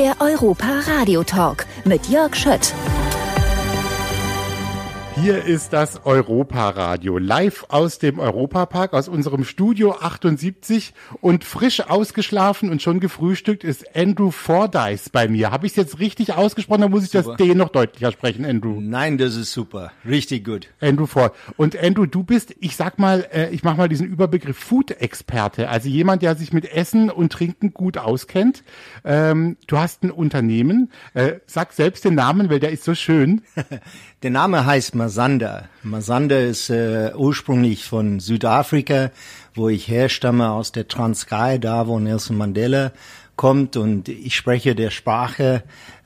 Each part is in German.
Der Europa-Radio-Talk mit Jörg Schött. Hier ist das Europa-Radio, live aus dem Europapark, aus unserem Studio 78 und frisch ausgeschlafen und schon gefrühstückt ist Andrew Fordyce bei mir. Habe ich es jetzt richtig ausgesprochen, dann muss ich super. Das D noch deutlicher sprechen, Andrew. Nein, das ist super, richtig gut. Andrew Fordyce. Und Andrew, du bist, ich mache mal diesen Überbegriff Food-Experte, also jemand, der sich mit Essen und Trinken gut auskennt. Du hast ein Unternehmen, sag selbst den Namen, weil der ist so schön. Der Name heißt Masanda. Masanda ist ursprünglich von Südafrika, wo ich herstamme, aus der Transkei, da wo Nelson Mandela kommt, und ich spreche der Sprache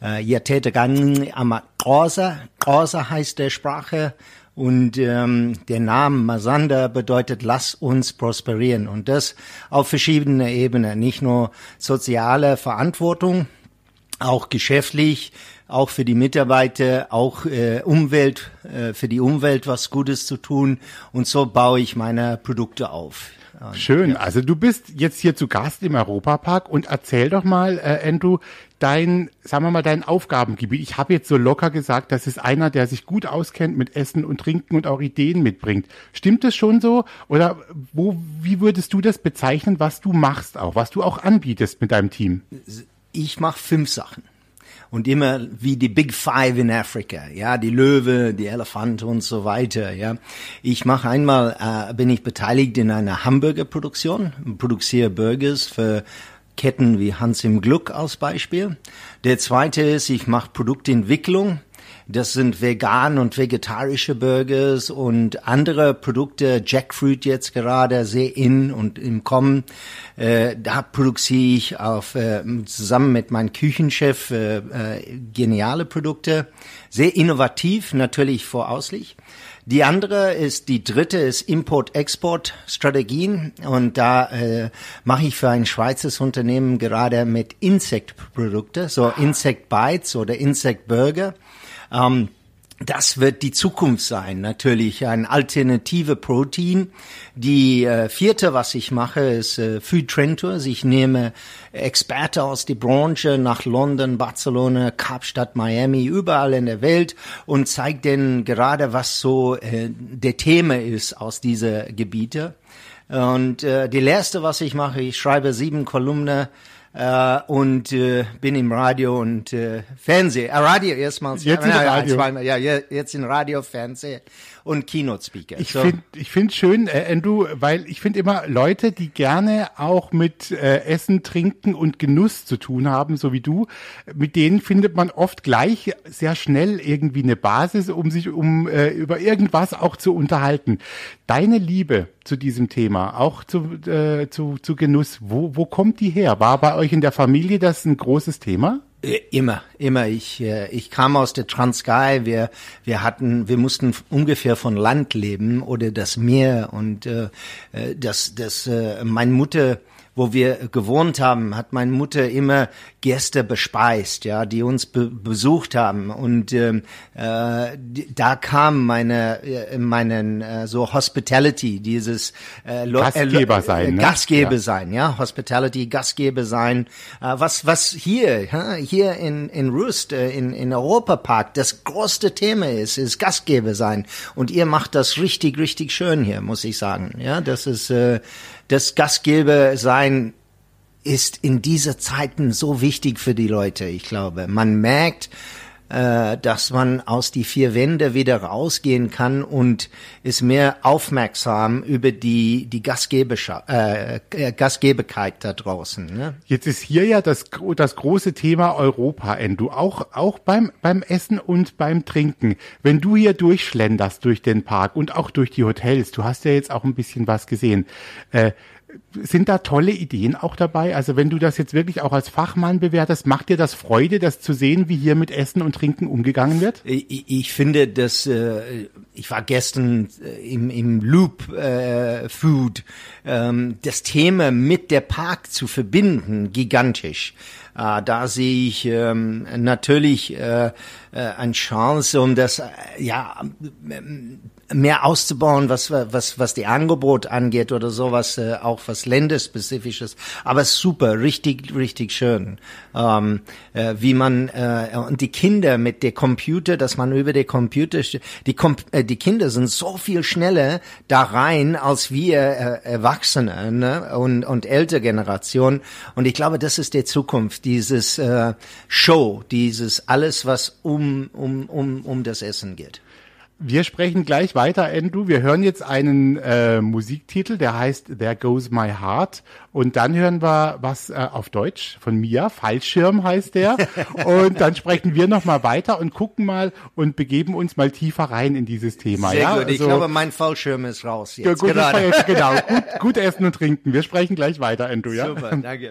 Yatetegang Amaxhosa. Xhosa heißt der Sprache, und der Name Masanda bedeutet, lass uns prosperieren, und das auf verschiedenen Ebenen, nicht nur soziale Verantwortung, auch geschäftlich, auch für die Mitarbeiter, auch Umwelt, für die Umwelt was Gutes zu tun, und so baue ich meine Produkte auf. Schön, also du bist jetzt hier zu Gast im Europapark, und erzähl doch mal, Andrew, dein Aufgabengebiet. Ich habe jetzt so locker gesagt, das ist einer, der sich gut auskennt mit Essen und Trinken und auch Ideen mitbringt. Stimmt das schon so? Oder wie würdest du das bezeichnen, was du machst auch, was du auch anbietest mit deinem Team? Ich mache 5 Sachen. Und immer wie die Big Five in Afrika, ja, die Löwe, die Elefant und so weiter, ja. Ich mache bin ich beteiligt in einer Hamburger-Produktion, produziere Burgers für Ketten wie Hans im Glück als Beispiel. Der zweite ist, ich mache Produktentwicklung. Das sind vegan und vegetarische Burgers und andere Produkte, Jackfruit jetzt gerade sehr in und im Kommen. Da produziere ich zusammen mit meinem Küchenchef geniale Produkte, sehr innovativ, natürlich vorauslich. Die dritte ist Import-Export-Strategien, und da mache ich für ein Schweizer Unternehmen gerade mit Insektprodukte, so Insect Bites oder Insect Burger. Das wird die Zukunft sein, natürlich eine alternative Protein. Die vierte, was ich mache, ist Food Trend Tours. Ich nehme Experten aus der Branche nach London, Barcelona, Kapstadt, Miami, überall in der Welt, und zeige denen gerade, was so der Thema ist aus dieser Gebiete. Und die letzte, was ich mache, ich schreibe 7 Kolumnen und bin im Radio und Fernsehen. Radio erstmals. Jetzt in Radio. Zweimal, ja, jetzt in Radio, Fernsehen und Keynote-Speaker. Ich finde schön, Andrew, weil ich finde immer Leute, die gerne auch mit Essen, Trinken und Genuss zu tun haben, so wie du, mit denen findet man oft gleich sehr schnell irgendwie eine Basis, um sich über irgendwas auch zu unterhalten. Deine Liebe zu diesem Thema, auch zu Genuss, wo kommt die her? War bei euch in der Familie das ein großes Thema? Immer. Ich kam aus der Transkei. Wir mussten ungefähr von Land leben oder das Meer, und meine Mutter, wo wir gewohnt haben, hat meine Mutter immer Gäste bespeist, ja, die uns besucht haben, und da kam so Hospitality, dieses Gastgeber sein, ne? Gastgeber sein, ja, Hospitality, Gastgeber sein, was hier in Rust, in Europapark das größte Thema ist Gastgeber sein, und ihr macht das richtig, richtig schön hier, muss ich sagen, ja, das ist das Gastgeber sein ist in dieser Zeiten so wichtig für die Leute. Ich glaube, man merkt, dass man aus die 4 Wände wieder rausgehen kann und ist mehr aufmerksam über die Gastgeberkeit da draußen. Ne? Jetzt ist hier ja das große Thema Europa, Andrew, auch beim Essen und beim Trinken. Wenn du hier durchschlenderst durch den Park und auch durch die Hotels, du hast ja jetzt auch ein bisschen was gesehen, sind da tolle Ideen auch dabei? Also wenn du das jetzt wirklich auch als Fachmann bewertest, macht dir das Freude, das zu sehen, wie hier mit Essen und Trinken umgegangen wird? Ich finde, dass ich war gestern im Loop Food, das Thema mit der Park zu verbinden, gigantisch. Da sehe ich natürlich eine Chance, um das mehr auszubauen, was die Angebot angeht oder sowas, auch was länderspezifisches. Aber super, richtig schön. Wie man und die Kinder mit der Computer, dass man über der Computer, die Kinder sind so viel schneller da rein als wir Erwachsene, ne? und ältere Generation. Und ich glaube, das ist die Zukunft, dieses Show, dieses alles, was um das Essen geht. Wir sprechen gleich weiter, Andrew. Wir hören jetzt einen Musiktitel, der heißt There Goes My Heart. Und dann hören wir was auf Deutsch von Mia. Fallschirm heißt der. Und dann sprechen wir nochmal weiter und gucken mal und begeben uns mal tiefer rein in dieses Thema. Sehr gut. Ich also, glaube, mein Fallschirm ist raus jetzt. Ja, gut, gerade. Genau. Gut essen und trinken. Wir sprechen gleich weiter, Andrew. Ja? Super, danke.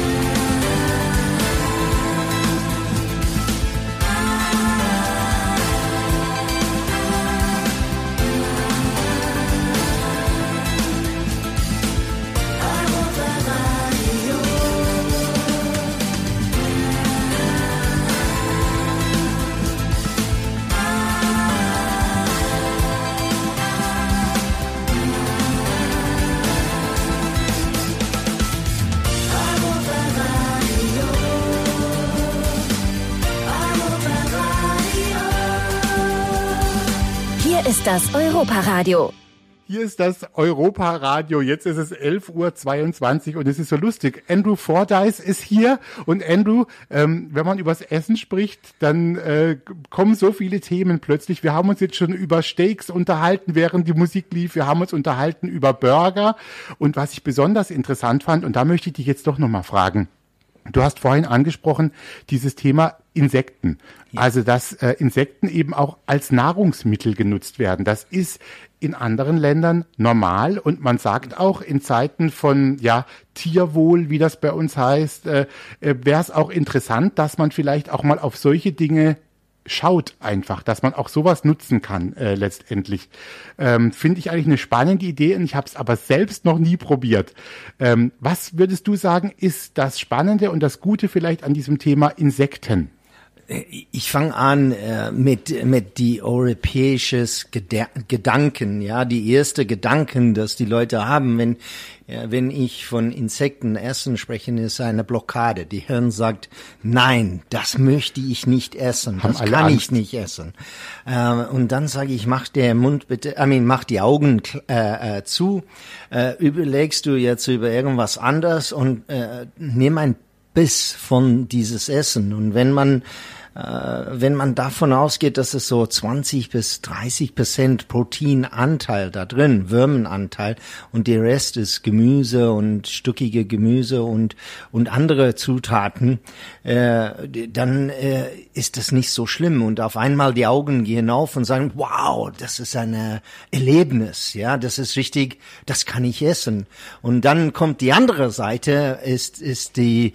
Hier ist das Europa-Radio. Hier ist das Europa-Radio. Jetzt ist es 11:22 Uhr und es ist so lustig. Andrew Fordyce ist hier und Andrew, wenn man übers Essen spricht, dann kommen so viele Themen plötzlich. Wir haben uns jetzt schon über Steaks unterhalten, während die Musik lief. Wir haben uns unterhalten über Burger und was ich besonders interessant fand, und da möchte ich dich jetzt doch nochmal fragen. Du hast vorhin angesprochen, dieses Thema Insekten. Ja. Also, dass Insekten eben auch als Nahrungsmittel genutzt werden. Das ist in anderen Ländern normal und man sagt auch in Zeiten von Tierwohl, wie das bei uns heißt, wäre es auch interessant, dass man vielleicht auch mal auf solche Dinge schaut einfach, dass man auch sowas nutzen kann letztendlich. Finde ich eigentlich eine spannende Idee und ich habe es aber selbst noch nie probiert. Was würdest du sagen, ist das Spannende und das Gute vielleicht an diesem Thema Insekten? Ich fange an mit die europäisches Gedanken, die erste Gedanken, dass die Leute haben, wenn ich von Insekten essen spreche, ist eine Blockade. Die Hirn sagt, nein, das möchte ich nicht essen, das kann ich nicht essen. Und dann sage ich, mach die Augen zu, überlegst du jetzt über irgendwas anderes und nimm ein Biss von dieses Essen. Und wenn man davon ausgeht, dass es so 20-30% Proteinanteil da drin, Würmenanteil, und der Rest ist Gemüse und stückige Gemüse und andere Zutaten, dann ist das nicht so schlimm. Und auf einmal die Augen gehen auf und sagen, wow, das ist ein Erlebnis, das ist richtig, das kann ich essen. Und dann kommt die andere Seite, ist die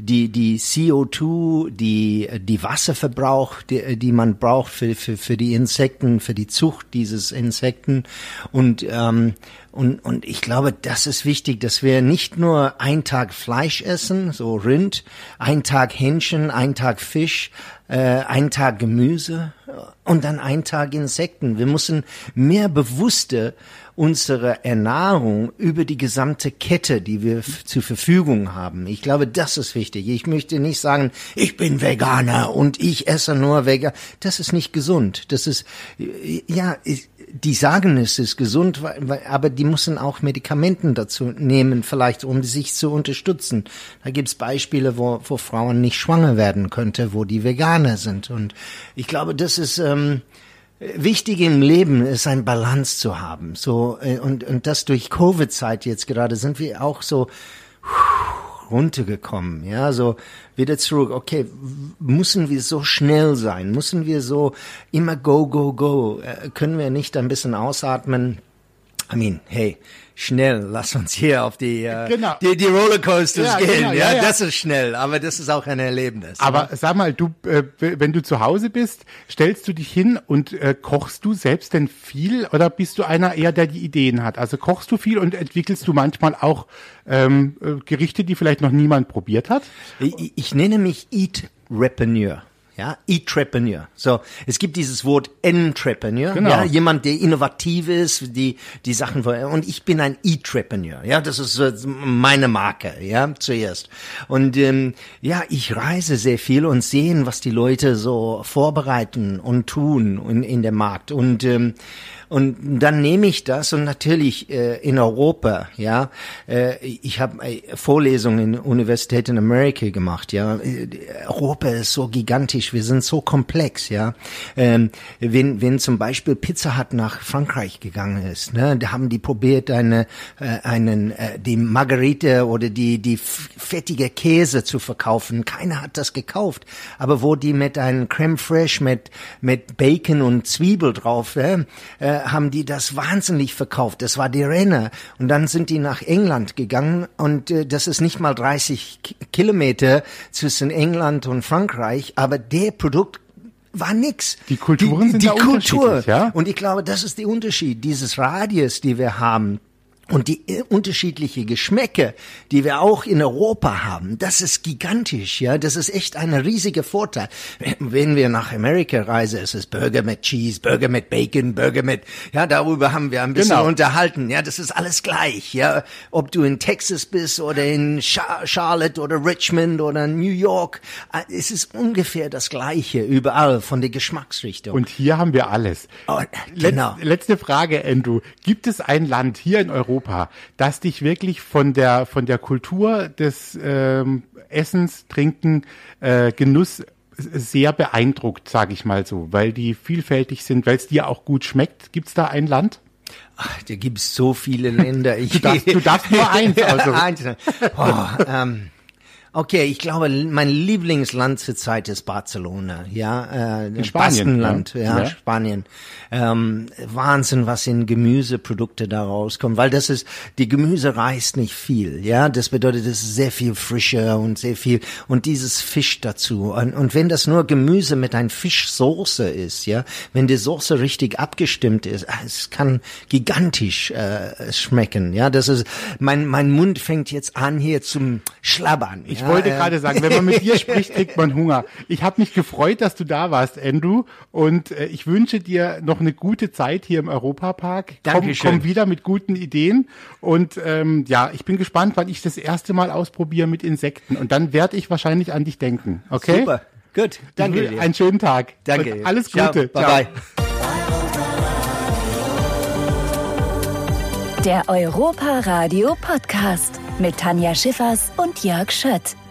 CO2, die Wasserverbrauch, die man braucht für die Insekten, für die Zucht dieses Insekten. Und ich glaube, das ist wichtig, dass wir nicht nur einen Tag Fleisch essen, so Rind, einen Tag Hähnchen, einen Tag Fisch, einen Tag Gemüse und dann einen Tag Insekten. Wir müssen mehr bewusster unsere Ernährung über die gesamte Kette, die wir zur Verfügung haben. Ich glaube, das ist wichtig. Ich möchte nicht sagen, ich bin Veganer und ich esse nur vegan. Das ist nicht gesund. Das ist, die sagen, es ist gesund, aber die müssen auch Medikamenten dazu nehmen, vielleicht um sich zu unterstützen. Da gibt's Beispiele, wo Frauen nicht schwanger werden könnte, wo die Veganer sind. Und ich glaube, das ist wichtig im Leben, ist ein Balance zu haben. So und das durch Covid-Zeit jetzt gerade sind wir auch so runtergekommen, so wieder zurück. Okay, müssen wir so schnell sein? Müssen wir so immer go? Können wir nicht ein bisschen ausatmen? Hey, schnell, lass uns hier auf die Genau. die Rollercoasters gehen. Genau, ja. Das ist schnell, aber das ist auch ein Erlebnis. Aber sag mal, du, wenn du zu Hause bist, stellst du dich hin und kochst du selbst denn viel oder bist du einer eher, der die Ideen hat? Also kochst du viel und entwickelst du manchmal auch Gerichte, die vielleicht noch niemand probiert hat? Ich nenne mich Eat-Repreneur. Ja, Entrepreneur. So, es gibt dieses Wort Entrepreneur. Genau. Ja, jemand, der innovativ ist, die Sachen, und ich bin ein Entrepreneur. Ja, das ist meine Marke. Ja, zuerst. Und ich reise sehr viel und sehe, was die Leute so vorbereiten und tun in der Markt. Und dann nehme ich das und natürlich in Europa, ja, ich habe Vorlesungen in Universitäten in Amerika gemacht, ja. Europa ist so gigantisch, wir sind so komplex, ja. Wenn zum Beispiel Pizza Hut nach Frankreich gegangen ist, ne, da haben die probiert die Margarite oder die fettige Käse zu verkaufen. Keiner hat das gekauft, aber wo die mit einem Crème fraîche mit Bacon und Zwiebel drauf, haben die das wahnsinnig verkauft. Das war die Renner. Und dann sind die nach England gegangen und das ist nicht mal 30 Kilometer zwischen England und Frankreich, aber der Produkt war nix. Die Kulturen sind die da Kultur. unterschiedlich, ja? Und ich glaube, das ist der Unterschied, dieses Radius, die wir haben. Und die unterschiedliche Geschmäcker, die wir auch in Europa haben, das ist gigantisch, ja. Das ist echt ein riesiger Vorteil. Wenn wir nach Amerika reisen, ist es Burger mit Cheese, Burger mit Bacon, Burger mit, ja, darüber haben wir ein bisschen unterhalten, ja. Das ist alles gleich, ja. Ob du in Texas bist oder in Charlotte oder Richmond oder New York, es ist ungefähr das Gleiche überall von der Geschmacksrichtung. Und hier haben wir alles. Oh, genau. Letzte Frage, Andrew. Gibt es ein Land hier in Europa, das dich wirklich von der Kultur des Essens, Trinken, Genuss sehr beeindruckt, sage ich mal so, weil die vielfältig sind, weil es dir auch gut schmeckt? Gibt's da ein Land? Ach, da gibt's so viele Länder. Du darfst nur eins. Also. Okay, ich glaube, mein Lieblingsland zurzeit ist Barcelona, ja, in Spanien, Baskenland, ja, Spanien. Wahnsinn, was in Gemüseprodukte da rauskommt, weil das ist, die Gemüse reißt nicht viel, ja, das bedeutet, es ist sehr viel frischer und sehr viel, und dieses Fisch dazu. Und wenn das nur Gemüse mit einer Fischsoße ist, ja, wenn die Soße richtig abgestimmt ist, es kann gigantisch schmecken, ja, das ist, mein Mund fängt jetzt an hier zum Schlabbern. Ich wollte gerade sagen, wenn man mit dir spricht, kriegt man Hunger. Ich habe mich gefreut, dass du da warst, Andrew, und ich wünsche dir noch eine gute Zeit hier im Europapark. Komm wieder mit guten Ideen und ich bin gespannt, wann ich das erste Mal ausprobiere mit Insekten, und dann werde ich wahrscheinlich an dich denken. Okay? Super, gut, danke dir. Einen schönen Tag. Danke. Und alles Gute. Ciao. Bye. Der Europa Radio Podcast mit Tanja Schiffers und Jörg Schött.